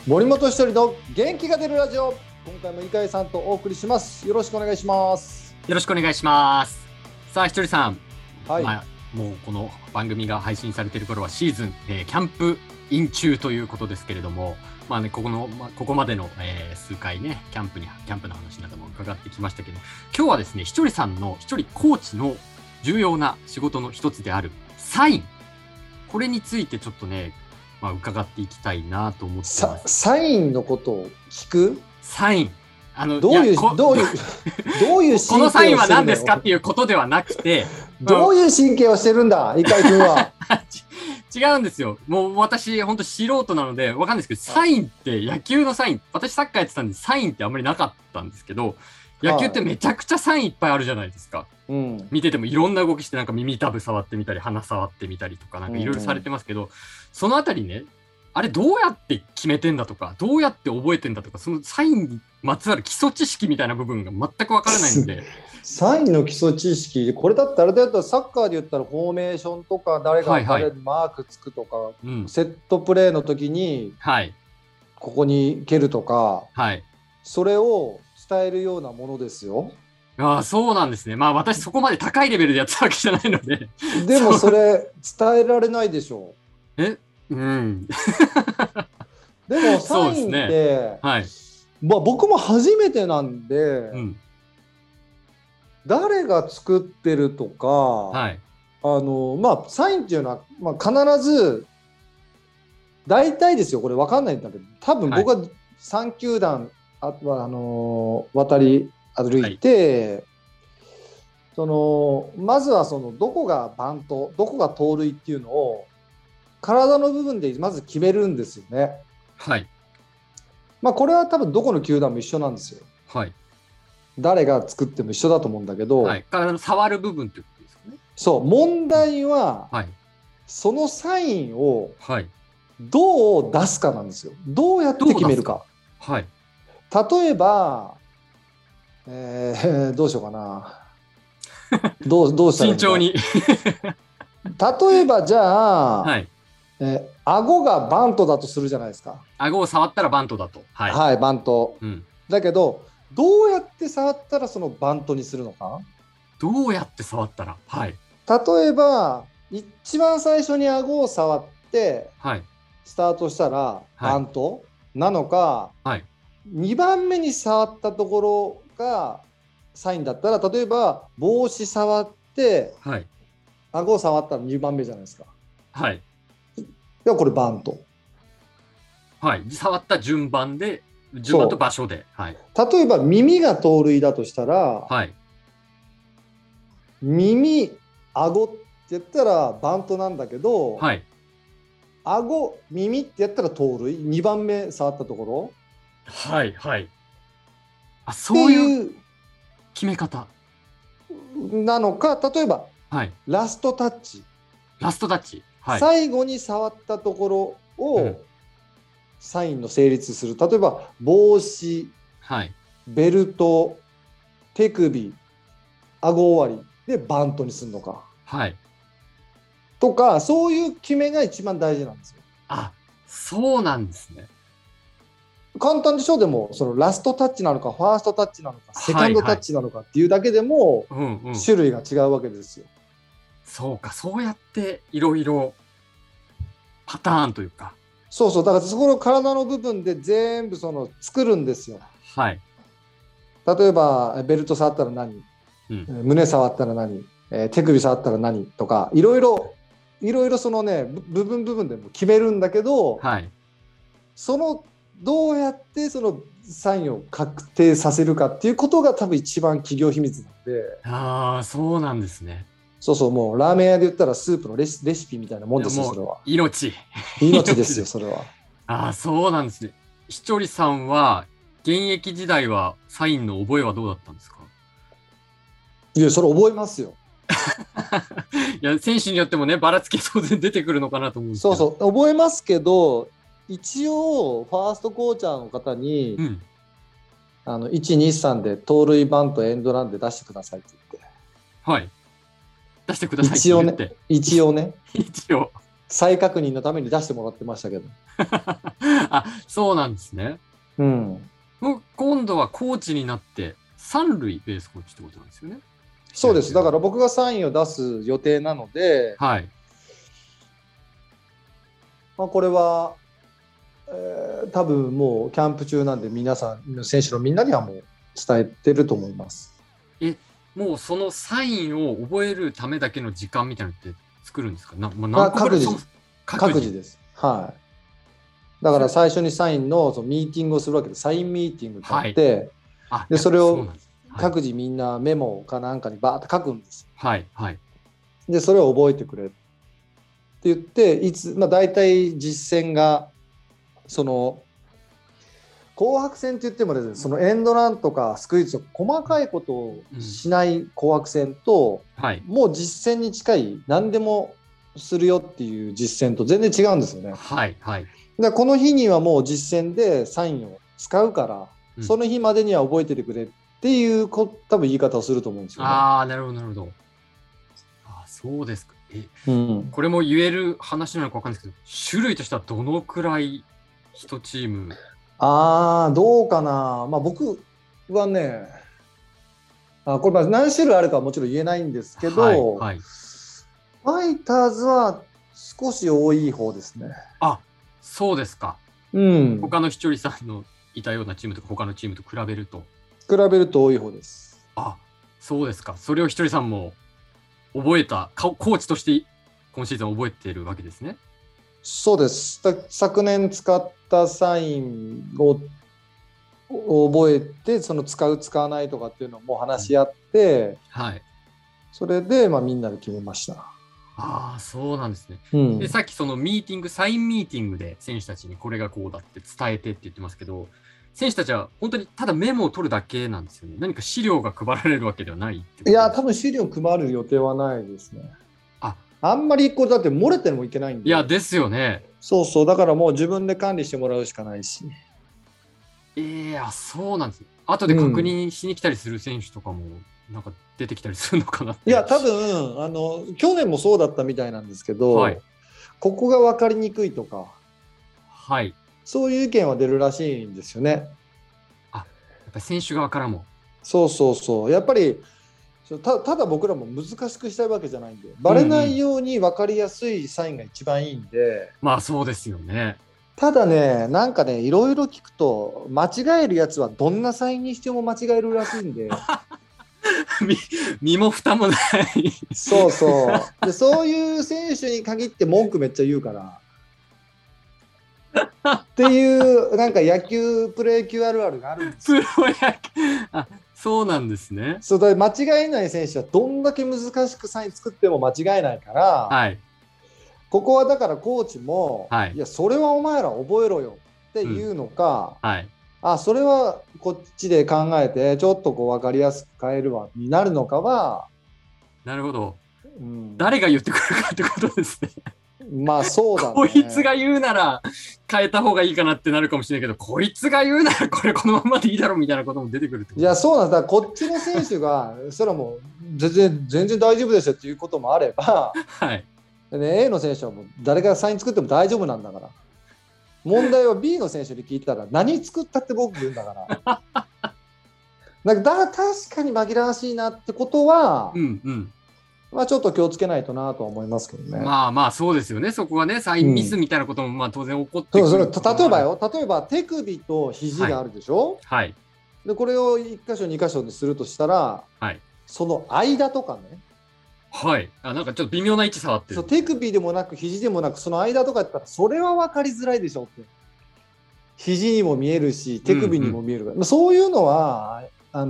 森本一人の元気が出るラジオ、今回も井上さんとお送りします。よろしくお願いします。 よろしくお願いします。さあ、ひとりさん、 はい、 もうこの番組が配信されている頃はシーズン、キャンプイン中ということですけれども、ここまでの、数回ね、キャンプの話なども伺ってきましたけど、今日はですね、ひとりさんの一人コーチの重要な仕事の一つであるサイン、これについてちょっとね、伺っていきたいなと思ってます。 サインのことを聞く？ サイン、 どういうこのサインは何ですかっていうことではなくて、 どういう神経をしてるんだ、井上君は。 違うんですよ。もう私、本当素人なのでわかんないですけど、サインって野球のサイン、私サッカーやってたんでサインってあんまりなかったんですけど、野球ってめちゃくちゃサインいっぱいあるじゃないですか。見ててもいろんな動きして、なんか耳たぶ触ってみたり、鼻触ってみたりとか、なんかいろいろされてますけど、そのあたりね、あれどうやって決めてんだとか、どうやって覚えてんだとか、そのサインにまつわる基礎知識みたいな部分が全くわからないので。 サインの基礎知識、これだったらサッカーで言ったらフォーメーションとか、誰が誰にマークつくとか、セットプレーの時にここに蹴るとか、それを伝えるようなものですよ。 ああ、そうなんですね。私そこまで高いレベルでやってたわけじゃないので。 でもそれ伝えられないでしょう。 でもサインって、僕も初めてなんで、誰が作ってるとか、サインっていうのは、必ず大体ですよ、これ分かんないんだけど、多分僕は3球団渡り歩いて、まずはどこがバント、どこが盗塁っていうのを体の部分でまず決めるんですよね。これは多分どこの球団も一緒なんですよ。誰が作っても一緒だと思うんだけど、 体の触る部分ってことですかね。 そう、問題は、そのサインをどう出すかなんですよ。どうやって決めるか。例えば、どうしようかな。どうしたらいいのか。 慎重に。 例えばじゃあ、顎がバントだとするじゃないですか。 顎を触ったらバントだと。 バント。だけど、どうやって触ったらそのバントにするのか。 どうやって触ったら、 例えば一番最初に顎を触ってスタートしたらバントなのか、2番目に触ったところがサインだったら、例えば帽子触って顎を触ったら2番目じゃないですか。ではこれバント。 触った順番と場所で。 例えば耳が盗塁だとしたら、耳、顎って言ったらバントなんだけど、顎、耳ってやったら盗塁、2番目触ったところ。 そういう決め方なのか、例えば、ラストタッチ。最後に触ったところをサインの成立する。例えば帽子、ベルト、手首、顎終わりでバントにするのか、とか、そういう決めが一番大事なんですよ。 そうなんですね。 簡単でしょ。でもそのラストタッチなのか、ファーストタッチなのか、セカンドタッチなのかっていうだけでも種類が違うわけですよ。 そうか、そうやっていろいろパターンというか。 だからそこの体の部分で全部作るんですよ。例えばベルト触ったら何、胸触ったら何、手首触ったら何とか、いろいろそのね、部分でも決めるんだけど、どうやってそのサインを確定させるかっていうことが多分一番企業秘密なので。 そうなんですね。 もうラーメン屋で言ったらスープのレシピみたいなもんですよ。それは命ですよ、それは。 そうなんですね。ひとりさんは現役時代はサインの覚えはどうだったんですか？ いや、それ覚えますよ。 いや、選手によってもね、ばらつき当然出てくるのかなと思うんですけど。 覚えますけど、一応ファーストコーチャーの方に、1、2、3で盗塁バントエンドランで出してくださいって言って、 出してくださいって言って。 一応ね。 一応。 再確認のために出してもらってましたけど。 あ、そうなんですね。 うん。 もう今度はコーチになって、三塁ベースコーチってことなんですよね。 そうです。だから僕がサインを出す予定なので、 はい。 まあ、これは、多分もうキャンプ中なんで皆さん、選手のみんなにはもう伝えてると思います。 もうそのサインを覚えるためだけの時間みたいなのって作るんですか？何個ぐらい？ 各自です。はい。だから最初にサインの、ミーティングをするわけで、サインミーティングってあって、 はい、 でそれをはい、 各自みんなメモかなんかにバーって書くんです。 はいはい。 でそれを覚えてくれって言って、大体実践がその紅白戦って言ってもですね、そのエンドランとかスクイズとか細かいことをしない紅白戦と、 はい、 もう実戦に近い何でもするよっていう実戦と全然違うんですよね。 はいはい。 だこの日にはもう実戦でサインを使うから、その日までには覚えててくれっていう多分言い方をすると思うんですよね。 ああ、なるほどなるほど。あ、そうですか。これも言える話なのか分かんないですけど、種類としてはどのくらい1チーム？ どうかな。僕はね、これ何種類あるかはもちろん言えないんですけど、 はいはい、 ファイターズは少し多い方ですね。 あ、そうですか。 うん。 他のひとりさんのいたようなチームとか他のチームと比べると。 比べると多い方です。 あ、そうですか。それをひとりさんも覚えた、コーチとして今シーズン覚えているわけですね。 そうです。昨年使ったサインを覚えて、その使う使わないとかっていうのをもう話し合って、 はい。 それでみんなで決めました。 ああ、そうなんですね。 うん、 で、さっきそのミーティング、サインミーティングで選手たちにこれがこうだって伝えてって言ってますけど、選手たちは本当にただメモを取るだけなんですよね。何か資料が配られるわけではないってことです。 いや、多分資料配る予定はないですね。あんまりこれだって漏れてもいけないんで。 いや、ですよね。 そうそう、だからもう自分で管理してもらうしかないし。 そうなんですね。後で確認しに来たりする選手とかも、なんか出てきたりするのかなって。 いや、多分去年もそうだったみたいなんですけど、 はい、 ここが分かりにくいとか、 はい、 そういう意見は出るらしいんですよね。 やっぱり選手側からも。 そうそうそう。やっぱりただ僕らも難しくしたいわけじゃないんで、バレないように分かりやすいサインが一番いいんで。 まあそうですよね。 ただね、なんかね、いろいろ聞くと、間違えるやつはどんなサインにしても間違えるらしいんで。 身も蓋もない。 そうそう。で、そういう選手に限って文句めっちゃ言うから。っていうなんか野球プロ野球あるあるがあるんですよ。 プロ野球、そうなんですね。 そうだ、間違えない選手はどんだけ難しくサイン作っても間違えないから、 はい、 ここはだからコーチも、 はい、 いやそれはお前ら覚えろよっていうのか、 はい、 それはこっちで考えてちょっとこう分かりやすく変えるわになるのかは、 なるほど、誰が言ってくるかってことですね。 まあそうだね。 こいつが言うなら変えた方がいいかなってなるかもしれないけど、こいつが言うならこれこのままでいいだろうみたいなことも出てくるってこと。 いやそうなんだ。こっちの選手がそれはもう全然大丈夫ですよっていうこともあれば、 はい。 で A の選手はもう誰がサイン作っても大丈夫なんだから。問題は B の選手に聞いたら何作ったって僕言うんだから。確かに紛らわしいなってことは、ちょっと気をつけないとなとは思いますけどね。 まあまあそうですよね。そこはね、サインミスみたいなこともまあ当然起こってくる。 例えば手首と肘があるでしょ。 はい。 でこれを1箇所2箇所にするとしたら、 はい、 その間とかね。 はい。なんかちょっと微妙な位置触ってる。 そう、手首でもなく肘でもなくその間とかやったらそれは分かりづらいでしょって。肘にも見えるし手首にも見えるから、そういうのは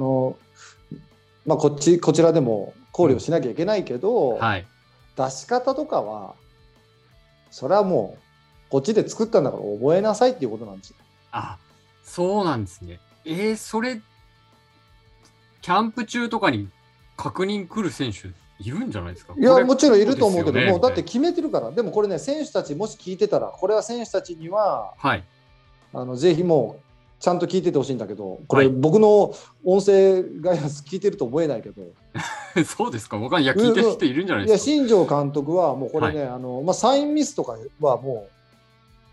こちらでも考慮しなきゃいけないけど、 はい、 出し方とかはそれはもうこっちで作ったんだから覚えなさいっていうことなんですよ。 そうなんですね。それキャンプ中とかに確認来る選手いるんじゃないですか？ いやもちろんいると思うけども、だって決めてるから。でもこれね、選手たちもし聞いてたら、これは選手たちには、 はい、 ぜひもうちゃんと聞いててほしいんだけど、これ僕の音声ガイダンス聞いてると思えないけどそうですか？僕は聞いてる人いるんじゃないですか？ いや新庄監督はもうこれね、サインミスとかはもう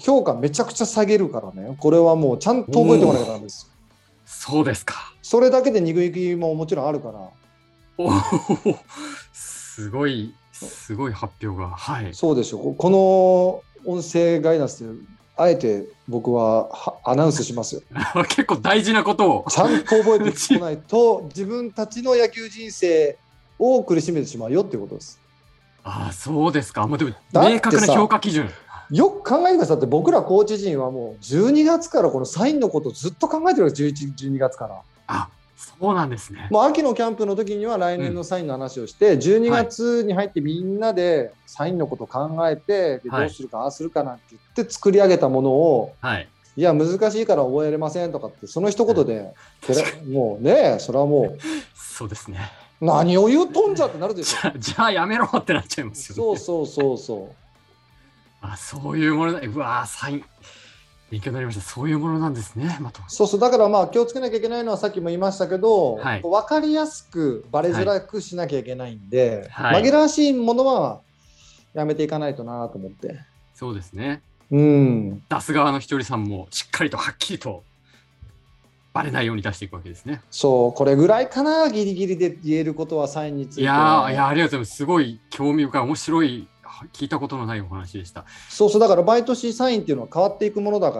評価めちゃくちゃ下げるからね。これはもうちゃんと覚えておかなきゃダメです。 そうですか。 それだけで2軍行きももちろんあるから。 おお、すごい発表が。はい。 そうでしょう。この音声ガイダンスであえて僕はアナウンスしますよ。 結構大事なことをちゃんと覚えてこないと自分たちの野球人生を苦しめてしまうよっていうことです。 ああ、そうですか。でも明確な評価基準。 よく考えてくださいって、僕らコーチ陣はもう12月からこのサインのことをずっと考えてるわけです。11、12月から。 あ、そうなんですね。 もう秋のキャンプの時には来年のサインの話をして、12月に入ってみんなでサインのことを考えて、でどうするかああするかなんて言って作り上げたものを、いや難しいから覚えれませんとかってその一言で、もうね、それはもうそうですね。 何を言うとんじゃってなるでしょ。 じゃあやめろってなっちゃいますよね。 そう。 あ、そういうものだ。うわ、サイン勉強になりました。そういうものなんですね。 そうだから気をつけなきゃいけないのはさっきも言いましたけど、分かりやすくバレづらくしなきゃいけないんで、紛らわしいものはやめていかないとなと思って。 そうですね。 出す側のひとりさんもしっかりとはっきりとバレないように出していくわけですね。 そう、これぐらいかな、ギリギリで言えることはサインについて。 いやありがとうございます。すごい興味深い、面白い、聞いたことのないお話でした。 そうだから毎年サインっていうのは変わっていくものだから、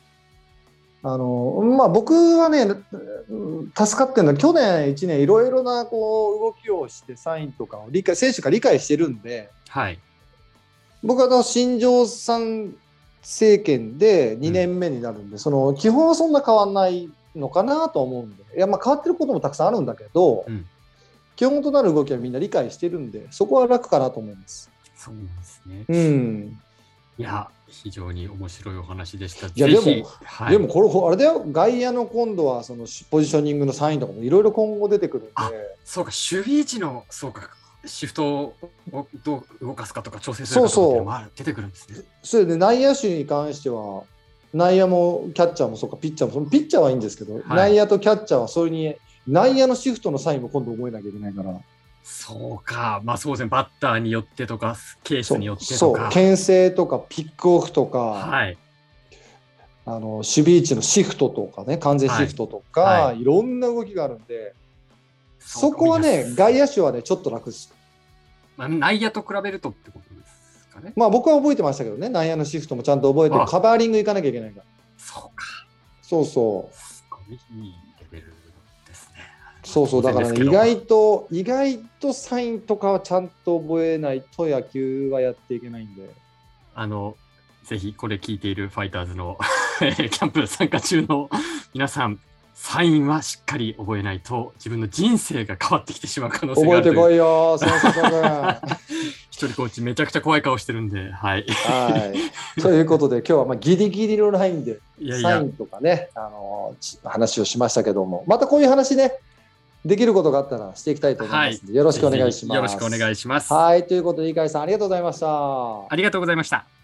僕はね、助かってるのは去年1年いろいろな動きをしてサインとかを選手が理解してるんで、僕は新庄さん政権で2年目になるんで、基本はそんな変わんないのかなと思うんで、いや変わってることもたくさんあるんだけど、基本となる動きはみんな理解してるんで、そこは楽かなと思います。 そうなんですね。いや、非常に面白いお話でした。でもこれあれだよ、外野の今度はそのポジショニングのサインとかもいろいろ今後出てくるんで。 そうか、守備位置のシフトをどう動かすかとか調整するかとかっていうのも出てくるんですね。 それで内野手に関しては内野もキャッチャーもそうかピッチャーもピッチャーはいいんですけど、内野とキャッチャーはそれに内野のシフトのサインも今度覚えなきゃいけないから。 そうか、そうですね、バッターによってとかケースによってとか、 牽制とかピックオフとか、守備位置のシフトとかね、完全シフトとか、いろんな動きがあるんで、そこはね、外野手はねちょっと楽です。 内野と比べるとってことですかね。 僕は覚えてましたけどね、内野のシフトもちゃんと覚えてカバーリングいかなきゃいけないから。 そうか。 そう。 すごいいいレベルですね。 そうだからね、意外とサインとかはちゃんと覚えないと野球はやっていけないんで。 ぜひこれ聞いているファイターズのキャンプ参加中の皆さん、サインはしっかり覚えないと自分の人生が変わってきてしまう可能性がある。 覚えてこいよ、 一人コーチめちゃくちゃ怖い顔してるんで、 ということで今日はギリギリのラインでサインとかね、話をしましたけども、またこういう話ねできることがあったらしていきたいと思いますので、よろしくお願いします。 よろしくお願いします。 ということで、井上さんありがとうございました。 ありがとうございました。